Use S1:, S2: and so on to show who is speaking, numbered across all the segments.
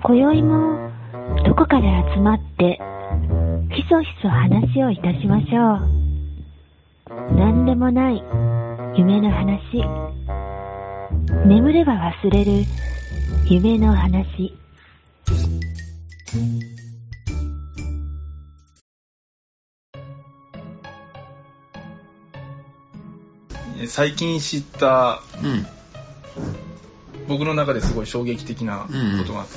S1: 今宵もどこかで集まってひそひそ話をいたしましょう。何でもない夢の話、眠れば忘れる夢の話。
S2: 最近知った、僕の中ですごい衝撃的なことがあって、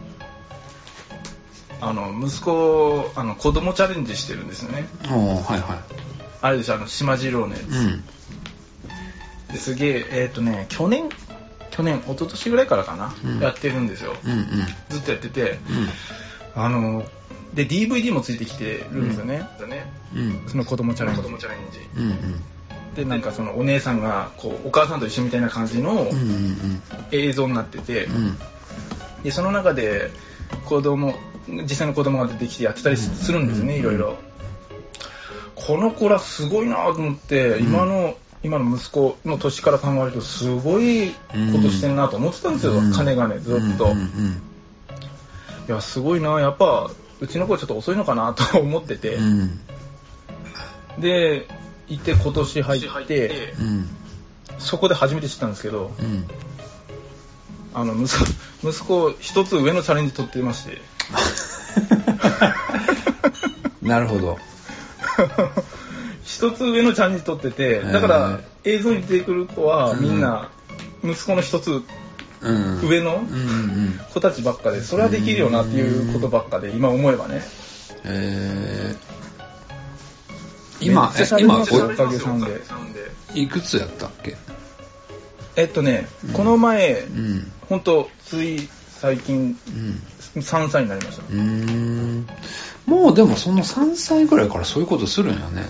S2: 息子子供チャレンジしてるんですよね。
S3: はいはい。
S2: あれでしょ、しまじろうのやつ、ですげえ去年一昨年ぐらいからかな、やってるんですよ、ずっとやってて、で DVD もついてきてるんですよね、その子供チャレンジ、でなんかそのお姉さんがこうお母さんと一緒みたいな感じの映像になってて、でその中で実際の子供が出てきてやってたりするんですね、いろいろ。この子らすごいなと思って、今の息子の年から考えるとすごいことしてんなと思ってたんですよ、金がね、ずっと。いやすごいな、やっぱうちの子はちょっと遅いのかなと思ってて、で行って今年入って、そこで初めて知ったんですけど、息子一つ上のチャレンジ取ってまして
S3: なるほど
S2: 一つ上のチャレンジ取ってて、だから映像に出てくる子はみんな息子の一つ上の子たちばっかで、それはできるよなっていうことばっかで、今思えばね。
S3: 今
S2: おかげさんで
S3: いくつやったっけ？
S2: この前、本当つい最近、3歳になりました。
S3: もうでもその3歳ぐらいからそういうことするんやね。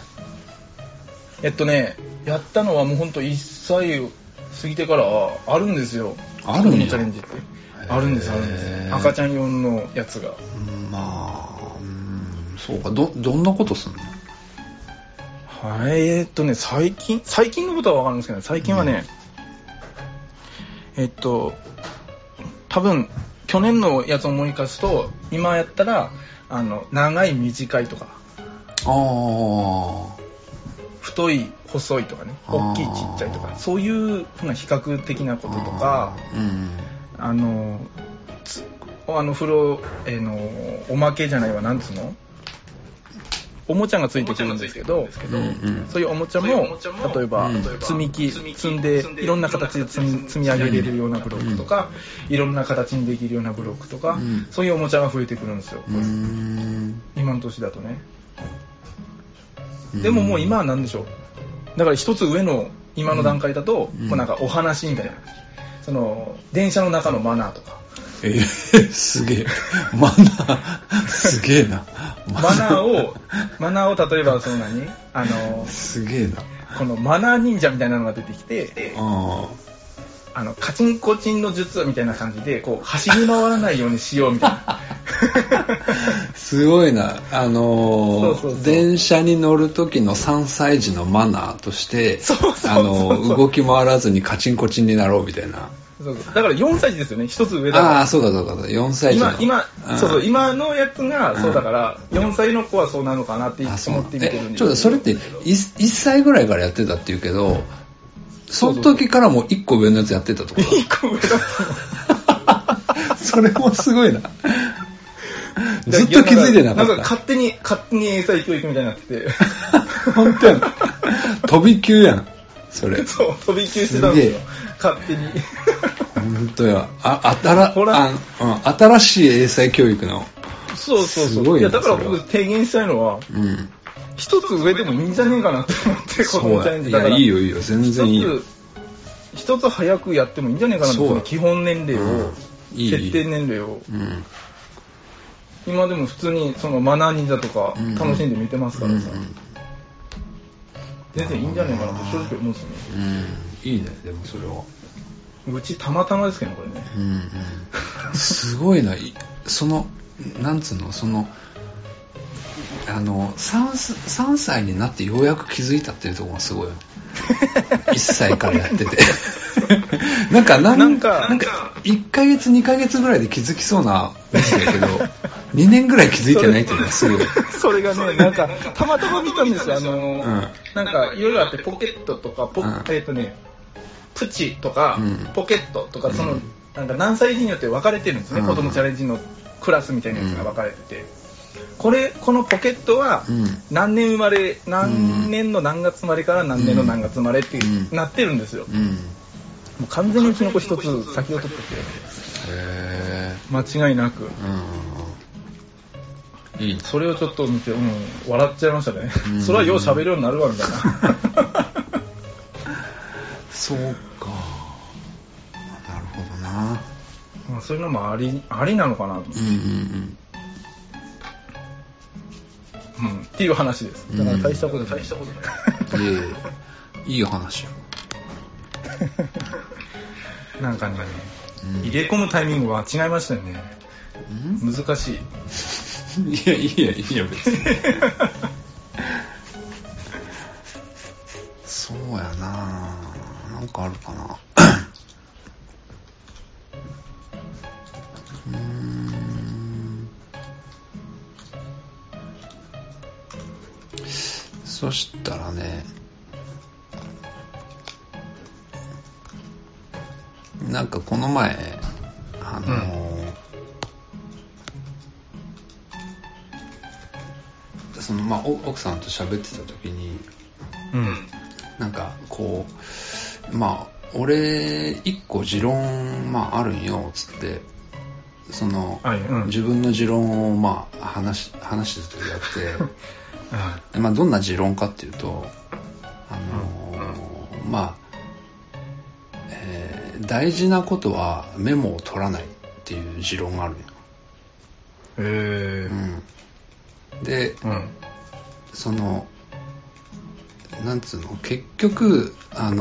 S2: やったのはもう本当1歳過ぎてからあるんですよ。
S3: あるんや。
S2: チャレンジってあるんです。赤ちゃん用のやつが。
S3: そうか。どんなことすんの？
S2: はい、最近のことは分かるんですけど、最近はね、多分去年のやつを思い返すと、今やったら長い短いとか、太い細いとかね、大きいちっちゃいとか、そういうふうな比較的なこととか、風呂おまけじゃないわ、なんつうの、おもちゃがついてくるんですけど、そういうおもちゃも例えば積んでいろんな形で積み上げれるようなブロックとか、いろんな形にできるようなブロックとか、そういうおもちゃが増えてくるんですよ、今の年だとね。でももう今は何でしょう、だから一つ上の今の段階だと、もうなんかお話みたいな、その電車の中のマナーとか、
S3: すげえマナーすげえな。
S2: マナーを例えばその
S3: すげえな、
S2: このマナー忍者みたいなのが出てきて、カチンコチンの術みたいな感じでこう走り回らないようにしようみたいな
S3: すごいな。電車に乗る時の3歳児のマナーとして動き回らずにカチンコチンになろうみたいな。
S2: そうだから4歳児ですよね、一つ上だから。
S3: そうか4歳児の
S2: 今のやつがそうだから、4歳の子はそうなのかなって思って見てるんですけど、
S3: それって1歳ぐらいからやってたって言うけど、その時からもう1個上のやつやってたとか。
S2: 1個上だった
S3: それもすごいな。ずっと気づいてなかった。
S2: なんか勝手に英才教育みたいになってて
S3: 本当やん。飛び級やんそれ。
S2: そう飛び級してたんですよ、勝手に。
S3: 本当や。新しい英才教育の。
S2: そう
S3: すごいな。
S2: だから僕提言したいのは、一つ上でもいいんじゃねえかなって思って、このチャレンジだから。
S3: いやいいよ全然いいよ。
S2: 一つ早くやってもいいんじゃねえかなって、基本年齢を、設定年齢を。今でも普通にそのマナー忍者とか楽しんで見てますからさ、全然いいんじゃねえかなって正直思うんですね。
S3: いいね。でもそれは
S2: うちたまたまですけどね、これね。
S3: すごいな。なんつうの、3歳になってようやく気づいたっていうところがすごいよ。1歳からやっててなんか1ヶ月2ヶ月ぐらいで気づきそうなミスだけど2年ぐらい気づいてないっていうのがすごい。
S2: それがね、なんかたまたま見たんですよ。なんかいろいろあって、ポケットとかプチとか、ポケットとか、そのなんか何歳児によって分かれてるんですね。子供チャレンジのクラスみたいなやつが分かれてて、このポケットは何年の何月生まれから何年の何月生まれってなってるんですよ。もう完全にうちの子一つ先を取ってて、間違いなく。それをちょっと見て、笑っちゃいましたね。それはよう喋るようになるわみたいな。
S3: そうか。なるほどな。
S2: そういうのもありなのかなと思って。っていう話です。だから大したことない。
S3: いい話よ。
S2: なんかね、入れ込むタイミングは違いましたよね。難しい。
S3: いや別に。そうやな。なんかあるかな。そしたらね、なんかこの前その奥さんと喋ってた時に、なんかこう俺一個持論あるんよつって、その、自分の持論を話してた時があって、どんな持論かっていうと、大事なことはメモを取らないっていう持論があるよ。で、そのなんつうの、結局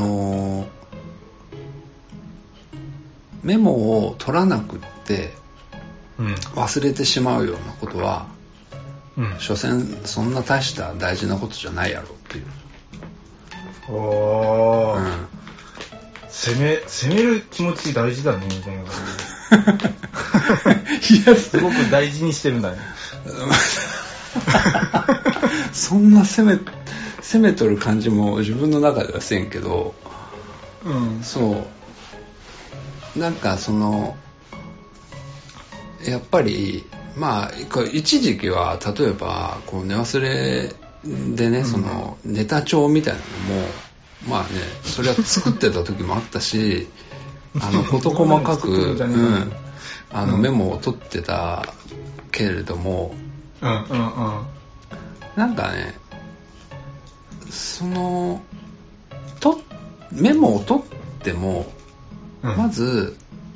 S3: メモを取らなくって忘れてしまうようなことは、所詮そんな大した大事なことじゃないやろっていう。
S2: 攻める気持ち大事だねみたいな感じ。いや、すごく大事にしてるんだね。
S3: そんな攻めとる感じも自分の中ではせんけど、そうなんかそのやっぱり一時期は例えばこう寝忘れでね、そのネタ帳みたいなのもそれは作ってた時もあったし、事細かくメモを取ってたけれども、なんかね、そのメモを取っても、まず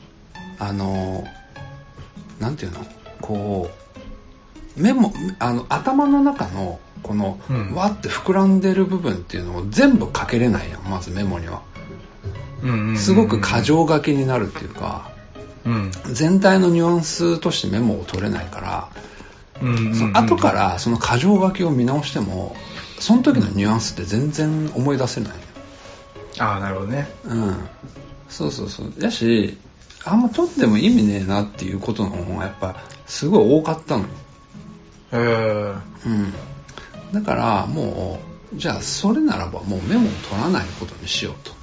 S3: なんていうの、こうメモ頭の中のこの、わって膨らんでる部分っていうのを全部書けれないやん、まずメモには。すごく箇条書きになるっていうか、全体のニュアンスとしてメモを取れないから、その後からその箇条書きを見直してもその時のニュアンスって全然思い出せないよ。
S2: なるほどね。
S3: そうだし、あんま取っても意味ねえなっていうことの方がやっぱすごい多かったのよ。だからもうじゃあそれならばもうメモを取らないことにしようと。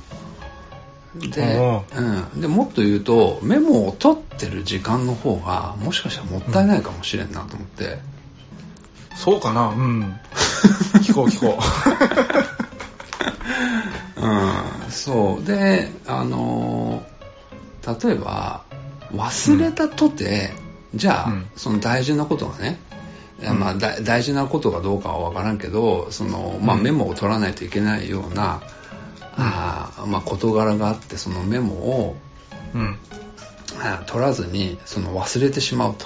S3: でもっと言うとメモを取ってる時間の方がもしかしたらもったいないかもしれんなと思って。
S2: そうかな。聞こう
S3: そうで例えば忘れたとて、じゃあ、その大事なことがね、大事なことかどうかは分からんけど、そのメモを取らないといけないような事柄があって、そのメモを、取らずにその忘れてしまうと。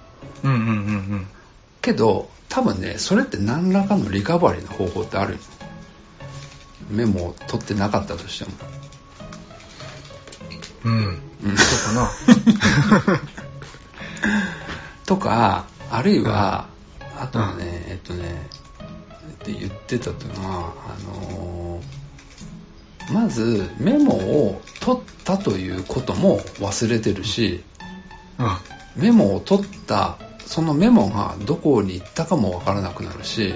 S3: けど多分ね、それって何らかのリカバリーの方法ってあるよ。メモを取ってなかったとしても。
S2: そうかな。
S3: とか、あるいは、あとはね、って言ってたというのは、まずメモを取ったということも忘れてるし、メモを取ったそのメモがどこに行ったかもわからなくなるし、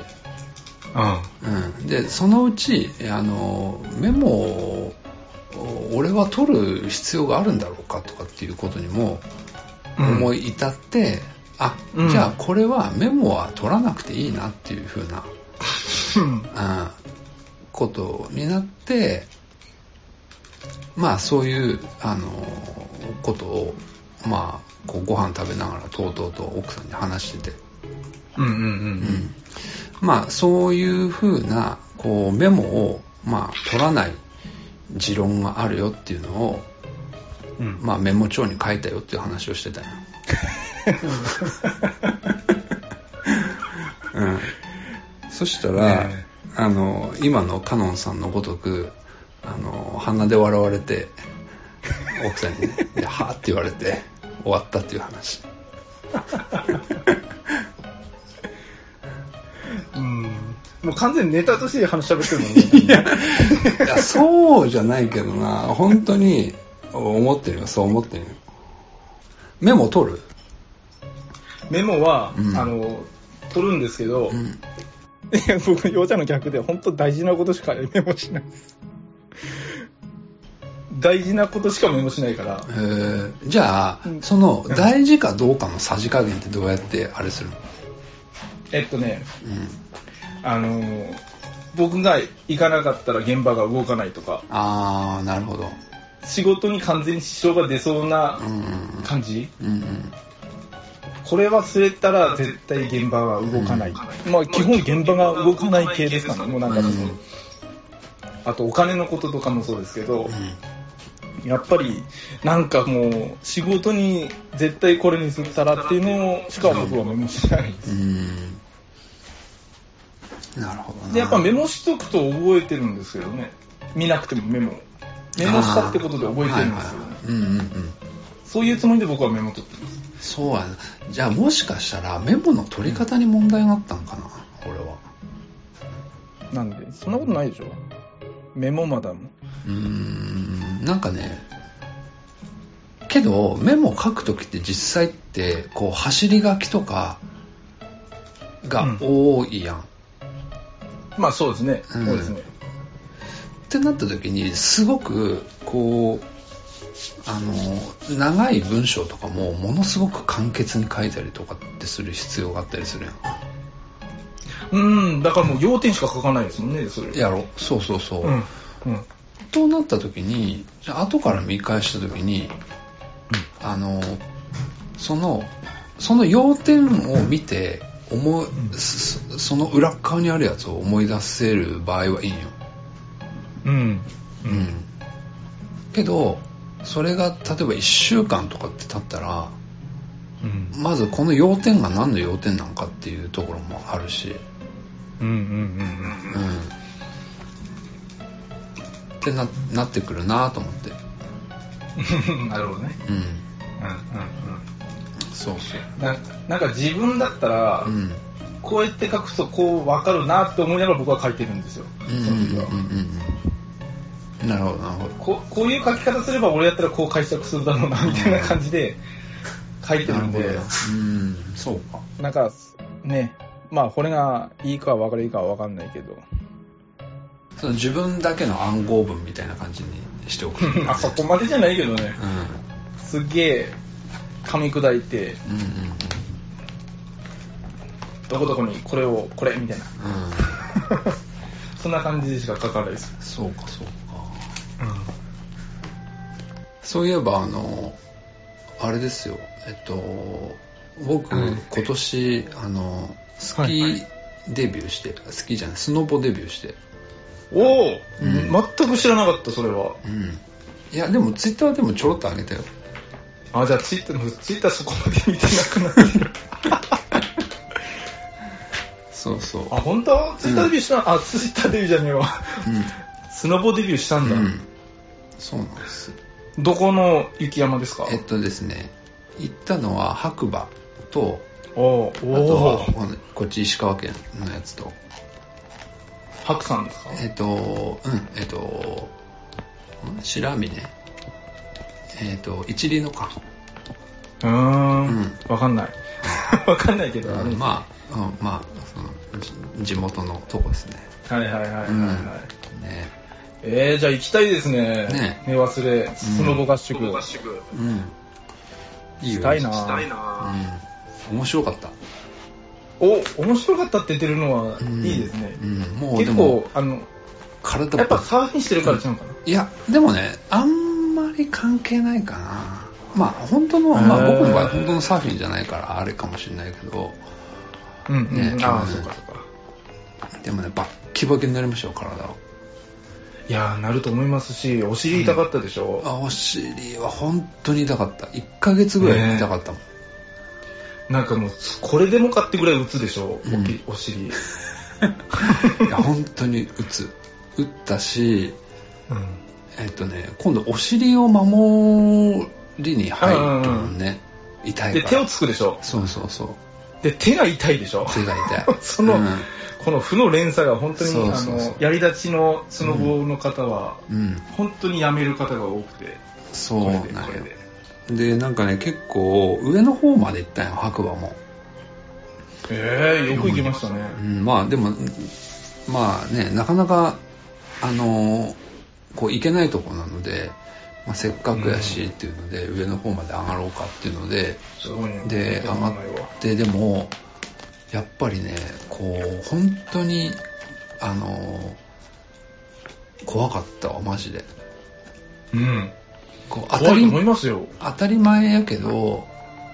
S3: でそのうちメモを俺は取る必要があるんだろうかとかっていうことにも思い至って、じゃあこれはメモは取らなくていいなっていう風なことになって、そういうことをこうご飯食べながらとうとうと奥さんに話してて、そういう風なこうメモを取らない持論があるよっていうのを、メモ帳に書いたよっていう話をしてたよ。そしたら、今のカノンさんのごとく鼻で笑われて奥さんにねはぁって言われて終わったっていう話。
S2: もう完全にネタとして話しゃべってるもんね。
S3: いやそうじゃないけどな、本当に思ってるよ、そう思ってるよ。メモ取る？
S2: メモは、取るんですけど、いや僕ようちゃんの逆で本当大事なことしかメモしないです。大事なことしかメモしないから。
S3: じゃあ、その大事かどうかのさじ加減ってどうやってあれするの？
S2: 僕が行かなかったら現場が動かないとか。
S3: なるほど。
S2: 仕事に完全に支障が出そうな感じ。これ忘れたら絶対現場は動かない。基本現場が動かない系ですかね。もうなんかあとお金のこととかもそうですけど、やっぱりなんかもう仕事に絶対これにすったらっていうのしか僕はメモしないです。
S3: なるほどな。
S2: でやっぱメモしとくと覚えてるんですけどね。見なくてもメモしたってことで覚えてるんですよね。そういうつもりで僕はメモ取ってます。
S3: そうやな。じゃあもしかしたらメモの取り方に問題があったのかな、俺は。
S2: なんでそんなことないでしょ。メモマダム。
S3: なんかね、けどメモ書くときって実際ってこう走り書きとかが多いやん。
S2: そうですね。そうですね。
S3: ってなった時にすごくこう長い文章とかもものすごく簡潔に書いたりとかってする必要があったりするや
S2: ん。だからもう要点しか書かないですもんね、それ。
S3: やろ。そう。となった時に、じゃあ後から見返した時に、その要点を見てその裏側にあるやつを思い出せる場合はいいよ。けどそれが例えば1週間とかって経ったら、まずこの要点が何の要点なのかっていうところもあるし、ってなってくるなと思って。
S2: なるほどね。
S3: そう
S2: なんか自分だったら、こうやって書くとこう分かるなって思いながら僕は書いてるんですよ。
S3: なるほど。
S2: こういう書き方すれば俺やったらこう解釈するだろうなみたいな感じで書いてるんで。
S3: そうか。
S2: なんかね、これがいいか分かんないけど。
S3: その自分だけの暗号文みたいな感じにしておく。
S2: そこまでじゃないけどね。すげえ噛み砕いて、どこどこにこれみたいな。そんな感じでしか書かないです。
S3: そうか。そういえばあれですよ。僕、今年スキーデビューして、スキーじゃないスノボデビューして。
S2: 全く知らなかったそれは。
S3: いやでもツイッターでもちょろっと上げたよ。
S2: じゃあツイッターそこまで見てなくなってる。
S3: そう。
S2: 本当？ツイッターデビューした？ツイッターデビューじゃねえわ。スノボデビューしたんだ。
S3: そうなんです。
S2: どこの雪山ですか？
S3: ですね、行ったのは白馬と、あ
S2: と
S3: はこっち石川県のやつと。
S2: 白山ですか？
S3: 白峰。 一輪のか。
S2: わかんない。わかんないけど、
S3: まあ、地元のとこですね。
S2: はい。ね。じゃあ行きたいですね。ね。寝忘れ、スノボ合宿。いいよ。したいな。
S3: 面白かった。
S2: 面白かったって言ってるのはいいですね。もう結構体やっぱサーフィンしてるから違うのかな。
S3: いやでもね、あんまり関係ないかな。まあ本当の僕の場合本当のサーフィンじゃないからあれかもしれないけど。
S2: そうか。
S3: でもね、バッキバキになりましたよ、体を。
S2: いやー、なると思いますし、お尻痛かったでしょ。
S3: お尻は本当に痛かった。1ヶ月ぐらい痛かったもん。
S2: なんかもうこれでもかってぐらい打つでしょ、お尻。い
S3: や本当に打ったし、今度お尻を守りに入るのね、痛いから。
S2: で手をつくでしょ。
S3: そう。
S2: で手が痛いでしょ。
S3: 手が痛い。
S2: この負の連鎖が本当にやり立ちのスノボの方は本当にやめる方が多くて。
S3: そうなんよ。でなんかね、結構上の方まで行ったんよ、白馬も。
S2: よく行きましたね。
S3: まあでもまあね、なかなかこう行けないとこなので、せっかくやしっていうので、上の方まで上がろうかっていうので、で上がって、でもやっぱりね、こう本当に怖かったわ、マジで。こう
S2: 怖いと思いますよ。
S3: 当たり前やけど、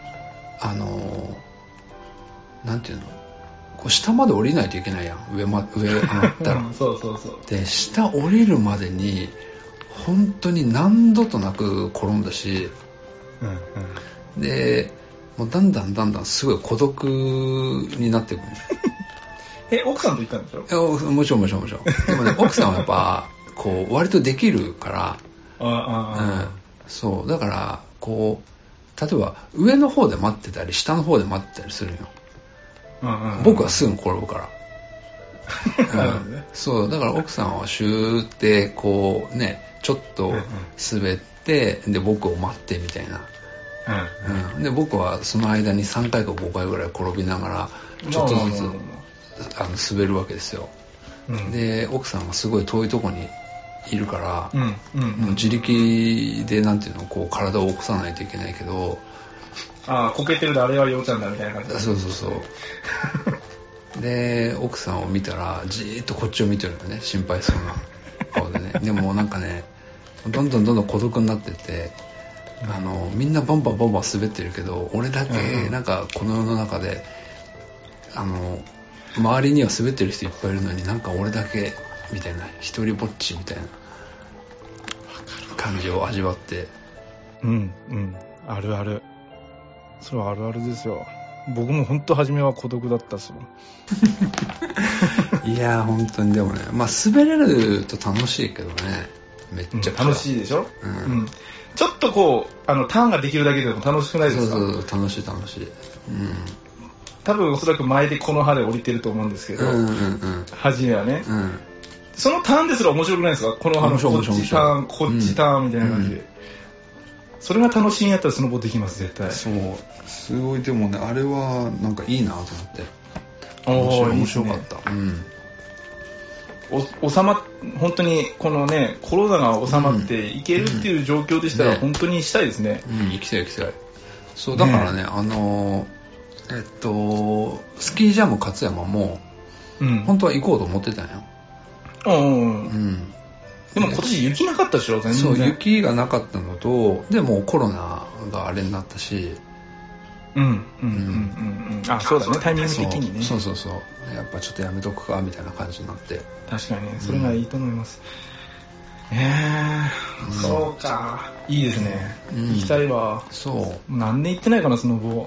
S3: なんていうの、こう下まで降りないといけないやん、上上上がったら。
S2: そう。
S3: で下降りるまでに本当に何度となく転んだし、でもうだんだんすごい孤独になっていく。
S2: 奥さんと行ったんでし
S3: ょ？もちろん。でもね、奥さんはやっぱこう割とできるから、そうだからこう例えば上の方で待ってたり下の方で待ってたりするよ。僕はすぐ転ぶから。そうだから奥さんはシューってこうね、ちょっと滑って、で僕を待ってみたいな。で僕はその間に3回か5回ぐらい転びながらちょっとずつ滑るわけですよ。で奥さんはすごい遠いとこにいるから、もう自力でなんていうの、こう体を起こさないといけないけど、
S2: こけてるであれはようちゃんだみたいな感じ。
S3: そうで奥さんを見たらじーっとこっちを見てるんだね、心配そうな顔でね。でもなんかね、どんどん孤独になってって、みんなバンバン滑ってるけど、俺だけなんかこの世の中で周りには滑ってる人いっぱいいるのに、なんか俺だけみたいな、一人ぼっちみたいな感じを味わって。
S2: あるある。それはあるあるですよ。僕も本当初めは孤独だったっすもん。
S3: いや本当に。でもね、滑れると楽しいけどね、めっちゃ
S2: 楽しいでしょ。ちょっとこうターンができるだけでも楽しくないですか？
S3: そう楽しい。
S2: 多分おそらく前でこの歯で降りてると思うんですけど、初めはね、そのターンですら面白くないですか？この歯のこっちターンこっちターンみたいな感じで、それが楽しいんやったらスノボできます、絶対。
S3: そうすごい。でもね、あれはなんかいいなと思って、面白かった。
S2: 本当にこのね、コロナが収まっていけるっていう状況でしたら本当にしたいですね。
S3: 行きたい。そうだからね、スキージャム勝山も本当は行こうと思ってたんよ。
S2: でも今年雪なかったでしょ、全然。
S3: そう、雪がなかったのと、でもコロナがあれになったし、
S2: そうだね、タイミング的にね。
S3: そうやっぱちょっとやめとくかみたいな感じになって。
S2: 確かにね、それがいいと思います。そうか、いいですね。行きたいわ。
S3: そう。
S2: 何年行ってないかな、スノボ。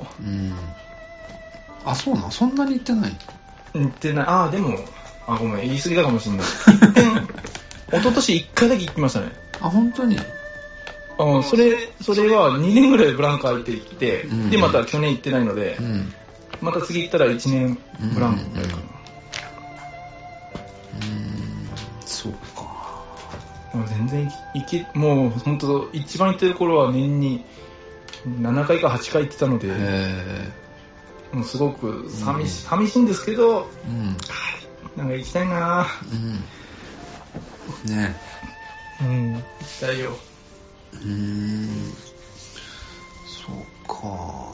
S3: そうなん、そんなに行ってない？
S2: 行ってない。でもごめん、言い過ぎたかもしれない。一昨年1回だけ行きましたね。
S3: 本当に？
S2: それは2年ぐらいブランク空いて行って、でまた去年行ってないので、また次行ったら1年ブランクやるかな。
S3: そうか。
S2: もう全然もう本当一番行ってる頃は年に7回か8回行ってたので、もうすごく寂しいんですけど、なんか行きたいな。
S3: ね
S2: え。行きたいよ。
S3: そうか。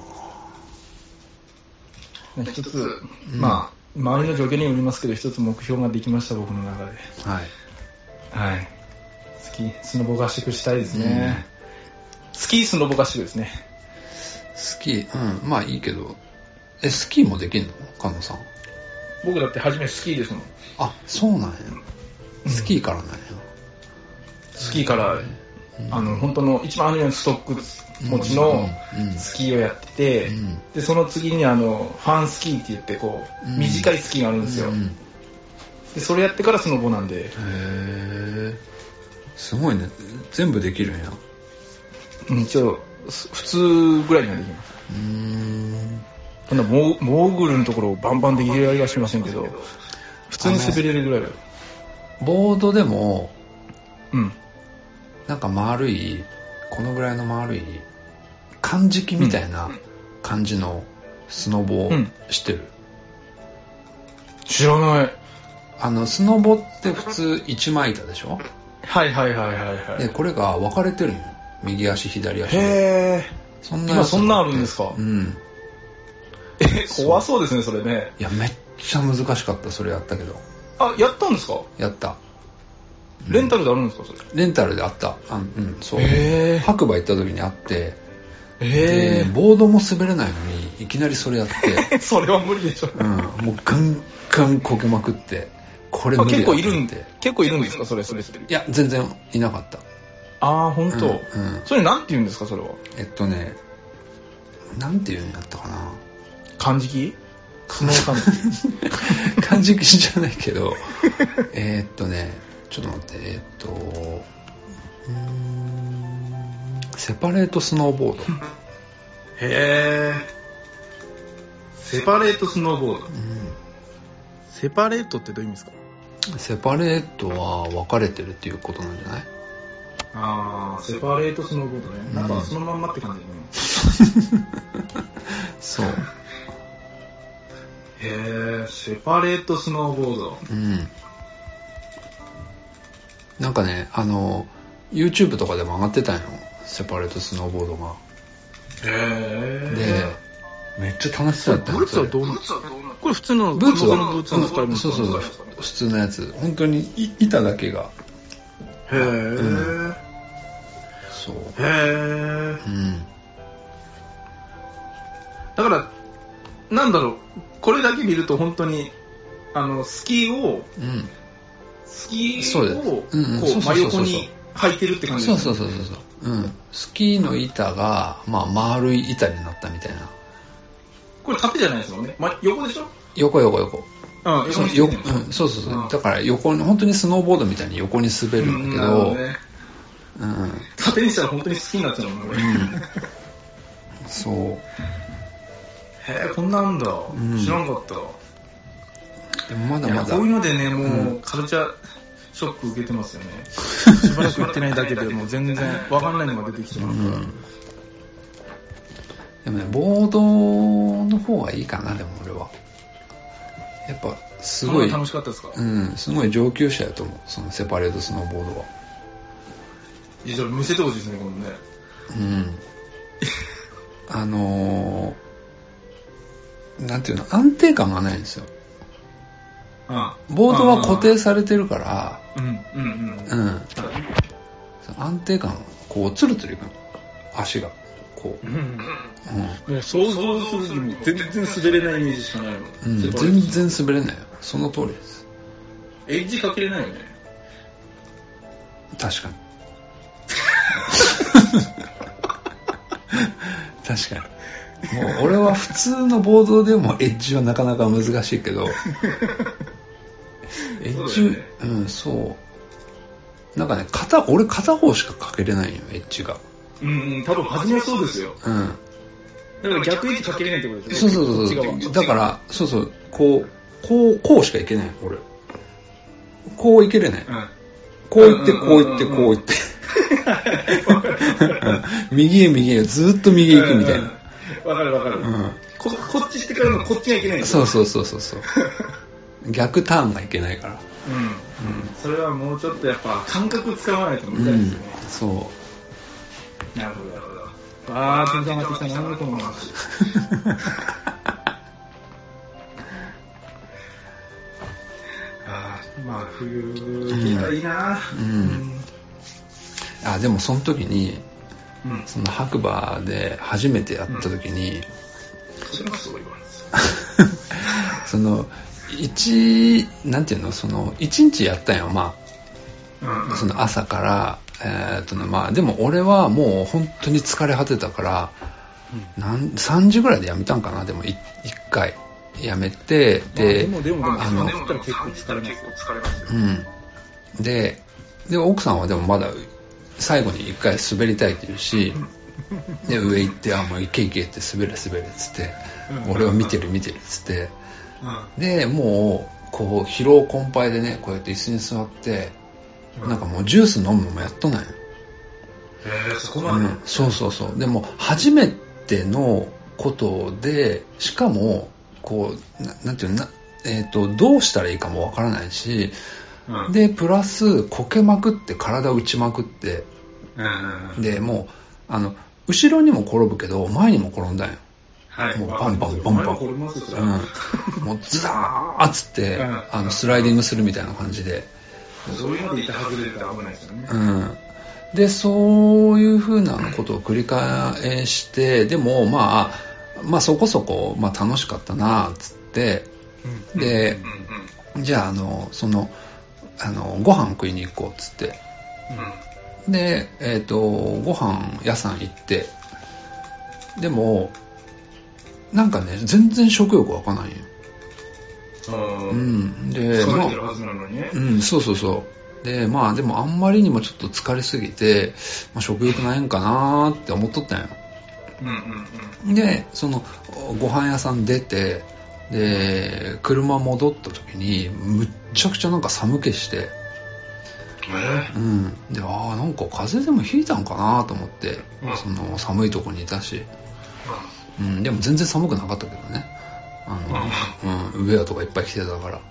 S2: 一つ、まあ周りの状況によりますけど、一つ目標ができました、僕の中で。はい。スノボ合宿したいですね。スキースノボ合宿ですね。
S3: スキー、まあいいけど、スキーもできんの？菅野さん。
S2: 僕だって初めスキーですもん。
S3: あ、そうなんや。スキーからなんや。
S2: スキーから、本当の一番初めのストック持ちのスキーをやってて、でその次にファンスキーって言ってこう短いスキーがあるんですよ。でそれやってからスノボなんで。へ
S3: え。すごいね。全部できるんや。
S2: 一応普通ぐらいにはできます。こんなモーグルのところをバンバンできる気はしませんけど、普通に滑れるぐらいだよ。
S3: ボードでも、なんか丸い、このぐらいの丸いかんじきみたいな感じのスノボを知ってる？
S2: 知らない。
S3: スノボって普通一枚板でしょ？
S2: はい。
S3: でこれが分かれてるのよ。右足左足で。
S2: へー。今そんなあるんですか？怖そうですね、それね。
S3: いや、めっちゃ難しかった、それやったけど。
S2: あ、やったんですか？
S3: やった。
S2: レンタルであるんですか、それ？
S3: レンタルであった。そう。白馬行った時にあって、ボードも滑れないのに、いきなりそれやって。
S2: それは無理でしょ。
S3: もうガンガンこけまくって、これ無理だって。
S2: 結構いるんですか、それ滑ってる？
S3: いや、全然いなかった。
S2: ああ、本当。それなんて言うんですか、それは？
S3: なんて言うんだったかな。
S2: 漢字記？スノー漢字
S3: 漢字記じゃないけど、ちょっと待って、セパレートスノーボード。
S2: へー。セパレートスノーボード。セパレートってどういう意味ですか？
S3: セパレートは分かれてるっていうことなんじゃない？
S2: あー、セパレートスノーボードね。なんかそのまんまって感じね。
S3: そう。
S2: へー、セパレートスノーボード。
S3: なんかね、YouTube とかでも上がってたんよ、セパレートスノーボードが。
S2: へー。
S3: で、めっちゃ楽しそうだった。
S2: ブーツはどうなの？これ普通の
S3: ブーツは
S2: ブーツの使い物。
S3: そう、普通のやつ。本当に板だけが。
S2: へー。
S3: そう。
S2: へー。だから、なんだろう、これだけ見ると本当に、スキーを、こう、真横に履いてるって感じですね。
S3: そう。スキーの板が、まあ、丸い板になったみたいな。
S2: これ縦じゃないですもんね。横でしょ？
S3: 横。そう。だから横に、本当にスノーボードみたいに横に滑るんだけど、
S2: 縦にしたら本当に好きになっちゃうのこれ。
S3: そう。
S2: へえ、こんなんだ。知らんかった。
S3: でもまだまだ。
S2: こういうのでね、もうカルチャーショック受けてますよね。しばらく行ってないだけでもう全然わかんないのが出てきてますから。
S3: でもね、ボードの方がいいかな、でも俺は。やっぱ、すごい。
S2: 楽しかったですか？
S3: すごい上級者やと思う、そのセパレートスノーボードは。
S2: じゃあ見せてほしいですね、このね。
S3: なんていうの、安定感がないんですよ。ボードは固定されてるから、安定感、こう、ツルツルいくの。足が。こう。
S2: もう想像するに全然滑れないイメージしかないもん。
S3: 全然滑れないよ。その通りです。
S2: エッジかけれないよね。
S3: 確かに。確かに。もう俺は普通のボードでもエッジはなかなか難しいけど、エッジ、そう。なんかね、俺片方しかかけれないよ、エッジが。
S2: 多分初めそうですよ。だから逆エッジかけれないってことですね。
S3: そう。だから、こうしかいけない、俺。こういけれない。 こう行ってこう行ってこう行って右へずっと右へ行くみたいな。
S2: わかる、こっちしてからのこっちがいけないんですよ。
S3: そう逆ターンがいけないから。
S2: それはもうちょっとやっぱ感覚使わないと難しいですよね。
S3: そう。
S2: なるほど。あー、天才上がってきたな、この話。まあ冬いいな。
S3: でもその時に、その白馬で初めてやった時に、
S2: それもすごいわ。
S3: そのなんていうの、その1日やったんよ、その朝からでも俺はもう本当に疲れ果てたから、3時ぐらいでやめたんかな。でも1回やめて、
S2: でも結構疲れますよ。
S3: で奥さんはでもまだ最後に1回滑りたいって言うし、で上行ってもう行けって滑れっつって、俺は見てるっつって、でもうこう疲労困憊でね、こうやって椅子に座って、なんかもうジュース飲むのもやっとないよ。
S2: そこまで。
S3: そうでも初めてのことで、しかもこうなんていうの、どうしたらいいかもわからないし、でプラスこけまくって体打ちまくって、でもう後ろにも転ぶけど前にも転んだんよ。もうバンバンもうズダーッつって、スライディングするみたいな感じで、
S2: そういうので板外れたら危ないですよね。
S3: でそういう風なことを繰り返して、でもまあそこそこ、楽しかったなっつって、でじゃあご飯食いに行こうっつって、でご飯屋さん行って、でもなんかね全然食欲湧かないよ。で
S2: 疲れてるはずなのにね。
S3: そうででもあんまりにもちょっと疲れすぎて、食欲ないんかなーって思っとったんよ。でそのご飯屋さん出て、で車戻った時にむっちゃくちゃなんか寒気して、でなんか風邪でもひいたんかなと思って、その寒いとこにいたし、でも全然寒くなかったけどね、ウェアとかいっぱい着てたから。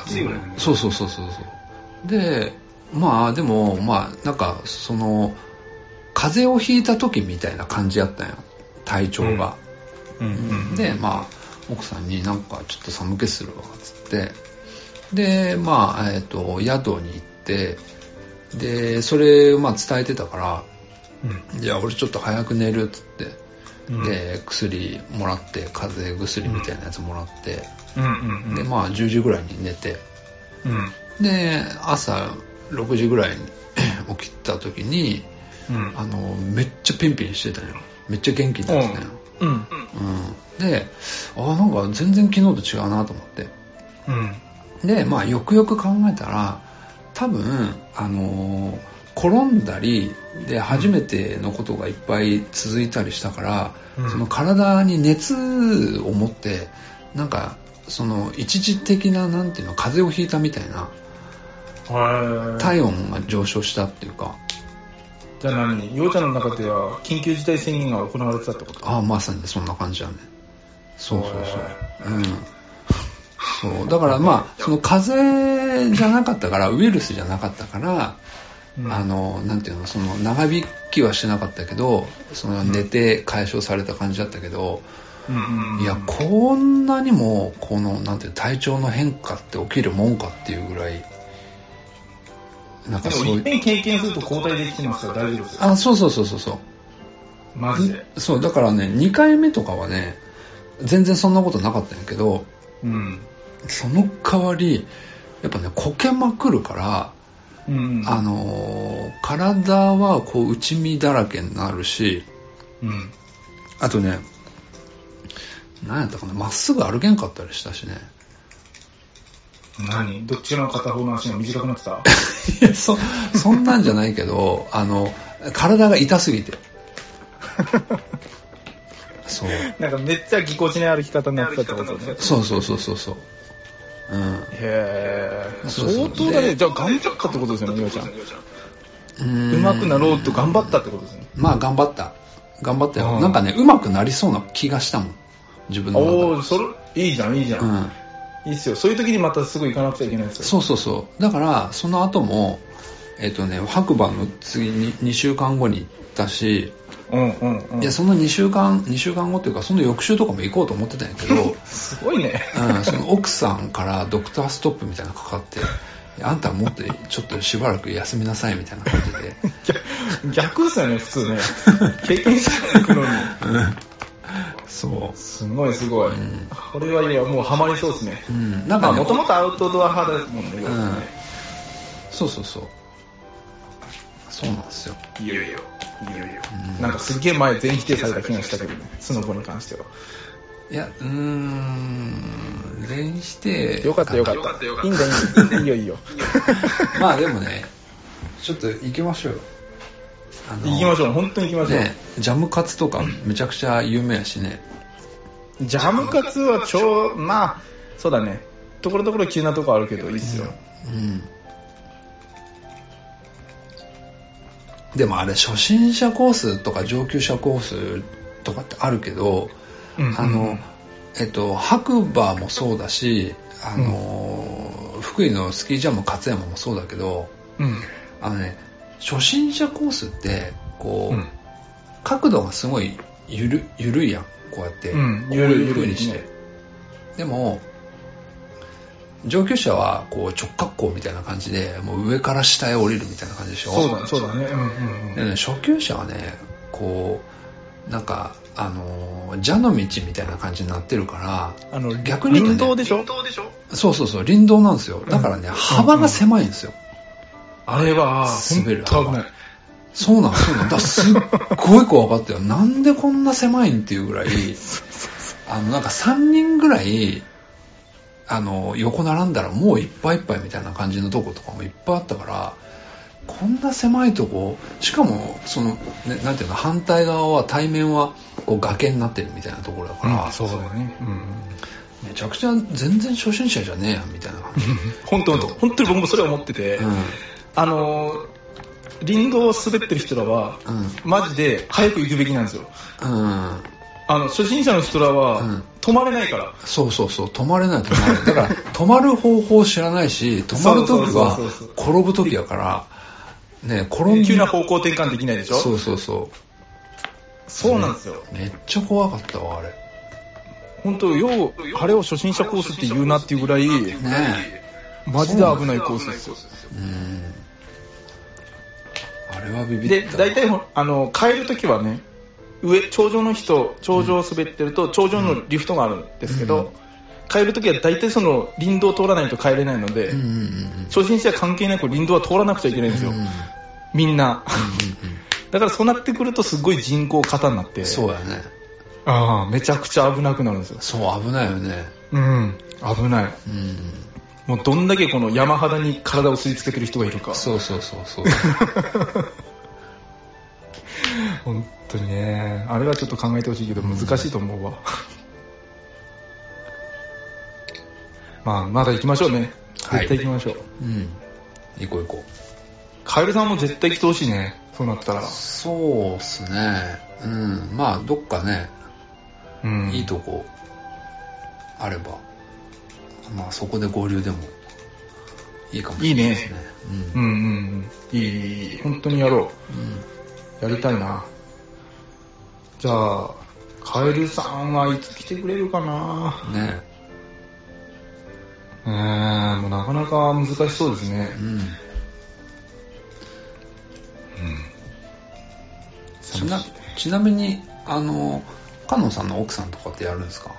S2: 暑いぐらいね。
S3: そうででもなんかその風邪をひいた時みたいな感じやったんよ、体調が。で奥さんになんかちょっと寒気するわっつって、で宿に行って、でそれ伝えてたから、じゃあ俺ちょっと早く寝るっつって、で薬もらって、風邪薬みたいなやつもらって、で10時ぐらいに寝て、で朝6時ぐらいに起きた時に、めっちゃピンピンしてたよ。めっちゃ元気になってたよ。でなんか全然昨日と違うなと思って、でよくよく考えたら、多分転んだりで初めてのことがいっぱい続いたりしたから、その体に熱を持って、なんかその一時的ななんていうの、風邪をひいたみたいな、体温が上昇したっていうか。
S2: じゃあ陽ちゃんの中では緊急事態宣言が行われてたってこと？
S3: まさにそんな感じだね。そうだからその風邪じゃなかったから、ウイルスじゃなかったから、なんていうの、その長引きはしてなかったけど、その寝て解消された感じだったけど、いやこんなにもこのなんていう体調の変化って起きるもんかっていうぐらい、なんかそういう。
S2: でも一遍経験すると交代できてますから大丈夫ですよ。
S3: そう
S2: マジで。
S3: そうだからね、2回目とかはね全然そんなことなかったんやけど、その代わりやっぱねこけまくるから、体はこう内身だらけになるし、あとね、何やったかな、まっすぐ歩けんかったりしたしね。
S2: どっちの片方の足が短くなってた？
S3: いやそんなんじゃないけど、体が痛すぎてそう
S2: なんかめっちゃぎこちのある生き方になってたってことね。
S3: そう
S2: へー、相当だね。じゃあ頑張ったってことですよね、みおちゃん。上手くなろうと頑張ったってことですね。
S3: まあ頑張ったよ。なんかね、上手くなりそうな気がしたもん、自分の中で。
S2: おー、それいいじゃん。いいっすよ。そういう時にまたすぐ行かなくちゃいけないですよ。
S3: そうだからその後も白馬の次に2週間後に行ったし、いやその2週間後っていうかその翌週とかも行こうと思ってたんやけど
S2: すごいね。
S3: その奥さんからドクターストップみたいなのかかってあんたもっとちょっとしばらく休みなさいみたいな感じで
S2: 逆ですよね、普通ね。経験者が行くのに。
S3: そう
S2: すごい、これはいいわ。もうハマりそうですね。
S3: なんか
S2: もともとアウトドア派ですもんね。
S3: そうなんですよ。
S2: いよいよ。なんかすげえ前全否定された気がしたけどね、スノボに関しては。
S3: いや、全否定。
S2: よかった。いいんだ。いいよ。
S3: まあでもね、ちょっと行きましょうよ。
S2: 行きましょう、本当に行きましょう。
S3: ね、ジャムカツとかめちゃくちゃ有名やしね。
S2: ジャムカツはまあ、そうだね。ところどころ急なとこあるけどいいっすよ。
S3: でもあれ初心者コースとか上級者コースとかってあるけど、白馬もそうだし、福井のスキージャム勝山もそうだけど、初心者コースってこう、角度がすごいゆるいやん、こうやって、こういう風にして、でも上級者はこう直角行みたいな感じでもう上から下へ降りるみたいな感じでしょ。
S2: そうだね。
S3: でね、初級者はねこうなんか蛇の道みたいな感じになってるから逆に言うと、ね、
S2: 林道でしょ。
S3: そう林道なんですよ。だからね、幅が狭いんですよ。
S2: あれは
S3: 滑る幅が。そうなんだ、すっごい怖かったよ。なんでこんな狭いんっていうぐらいなんか3人ぐらい横並んだらもういっぱいいっぱいみたいな感じのとことかもいっぱいあったから、こんな狭いとこ、しかもその、ね、なんていうの、反対側は対面はこう崖になってるみたいなところだから、
S2: そうだね。
S3: めちゃくちゃ全然初心者じゃねえやみたいな感じ。
S2: 本当に僕もそれは思ってて、林道を滑ってる人らは、マジで早く行くべきなんですよ。初心者の人らは、止まれないから。
S3: そう止まれない。だから止まる方法知らないし、止まるときは転ぶときやからね、
S2: 急な方向転換できないでしょ。そうなんですよ。
S3: めっちゃ怖かったわあれ。
S2: 本当あれを初心者コースって言うなっていうぐらいマジで危ないコースですよ。あれはビビった。で大体帰るときはね、頂上を滑ってると頂上のリフトがあるんですけど、帰るときは大体その林道を通らないと帰れないので、初心者関係なく林道は通らなくちゃいけないんですよ、みんな。だからそうなってくるとすごい人口過多になって、
S3: そうやね。
S2: めちゃくちゃ危なくなるんですよ。
S3: そう危ないよね。
S2: 危ない。もうどんだけこの山肌に体を吸い付けてる人がいるか。そう本当にね、あれはちょっと考えてほしいけど難しいと思うわ。まだ行きましょうね。絶対行きましょう。
S3: 行こう。
S2: カエルさんも絶対来てほしいね、そうなったら。
S3: そうっすね。まあどっかね、いいとこあれば、まあそこで合流でもいいかもしれないですね。
S2: いい、本当にやろう。やりたいな。じゃあカエルさんはいつ来てくれるかな
S3: ね。
S2: もうなかなか難しそうですね。
S3: ちなみにカノンさんの奥さんとかってやるんですか？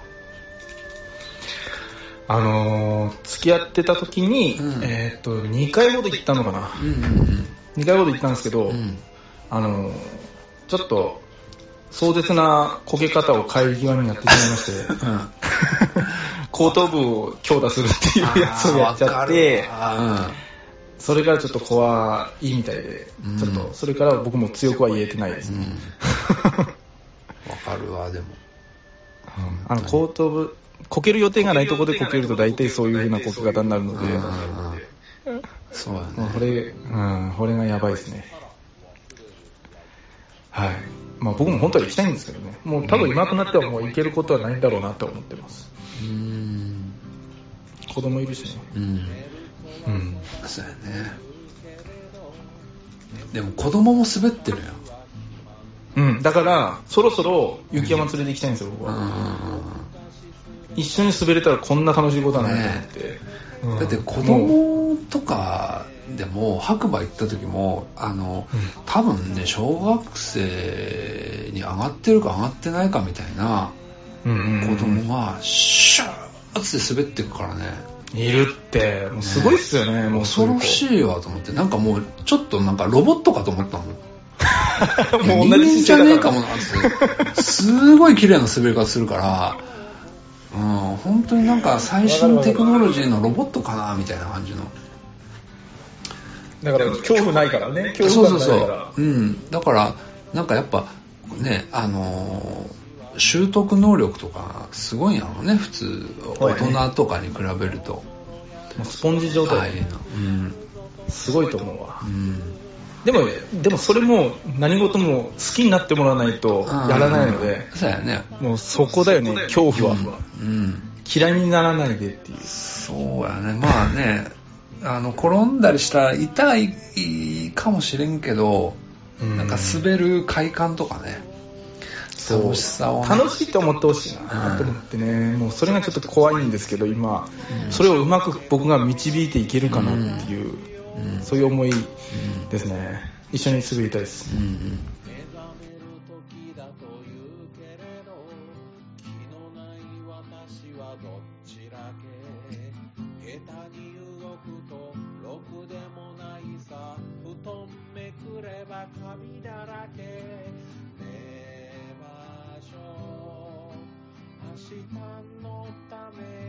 S2: 付き合ってた時に、2回ほど行ったのかな。2回ほど行ったんですけど、ちょっと壮絶なこけ方を帰り際にやってしまいまして、後頭部を強打するっていうやつをやっちゃって、それからちょっと怖いみたいで、ちょっとそれから僕も強くは言えてないですね。
S3: わかるわ。でも
S2: 後頭部こける予定がないところでこけると大体そういう風なこけ方になるので、
S3: そうだね。
S2: これがやばいですね。はい。まあ僕も本当は行きたいんですけどね。もう多分今となってはもう行けることはないんだろうなと思ってます。子供いるしね。
S3: そうやね。でも子供も滑ってるよ。
S2: だからそろそろ雪山連れて行きたいんですよ僕は。一緒に滑れたらこんな楽しいことはないと思って。
S3: だって子供とかでも白馬行った時も多分ね小学生に上がってるか上がってないかみたいな子供がシューッて滑ってくからね。
S2: いるってもうすごいっすよね。もう
S3: 恐ろしいわと思って、なんかもうちょっとなんかロボットかと思ったもん。もう同じじゃねえかもなんて。すごい綺麗な滑り方するから。本当になんか最新テクノロジーのロボットかなみたいな感じの。
S2: だから恐怖ないからね。
S3: そう。だからなんかやっぱね習得能力とかすごいんやろうね普通大人とかに比べると。
S2: スポンジ状態。すごいと思うわ。でもそれも何事も好きになってもらわないとやらないので、
S3: そうやね。
S2: もうそこだよね恐怖は。嫌いにならないでっていう。
S3: そうやね。まあね転んだりしたら痛いかもしれんけど、なんか滑る快感とかね楽しさを、
S2: 楽しいと思ってほしいなと思ってね。もうそれがちょっと怖いんですけど今、それをうまく僕が導いていけるかなっていう、そういう思いですね。一緒に滑りたいです。
S4: 明日のため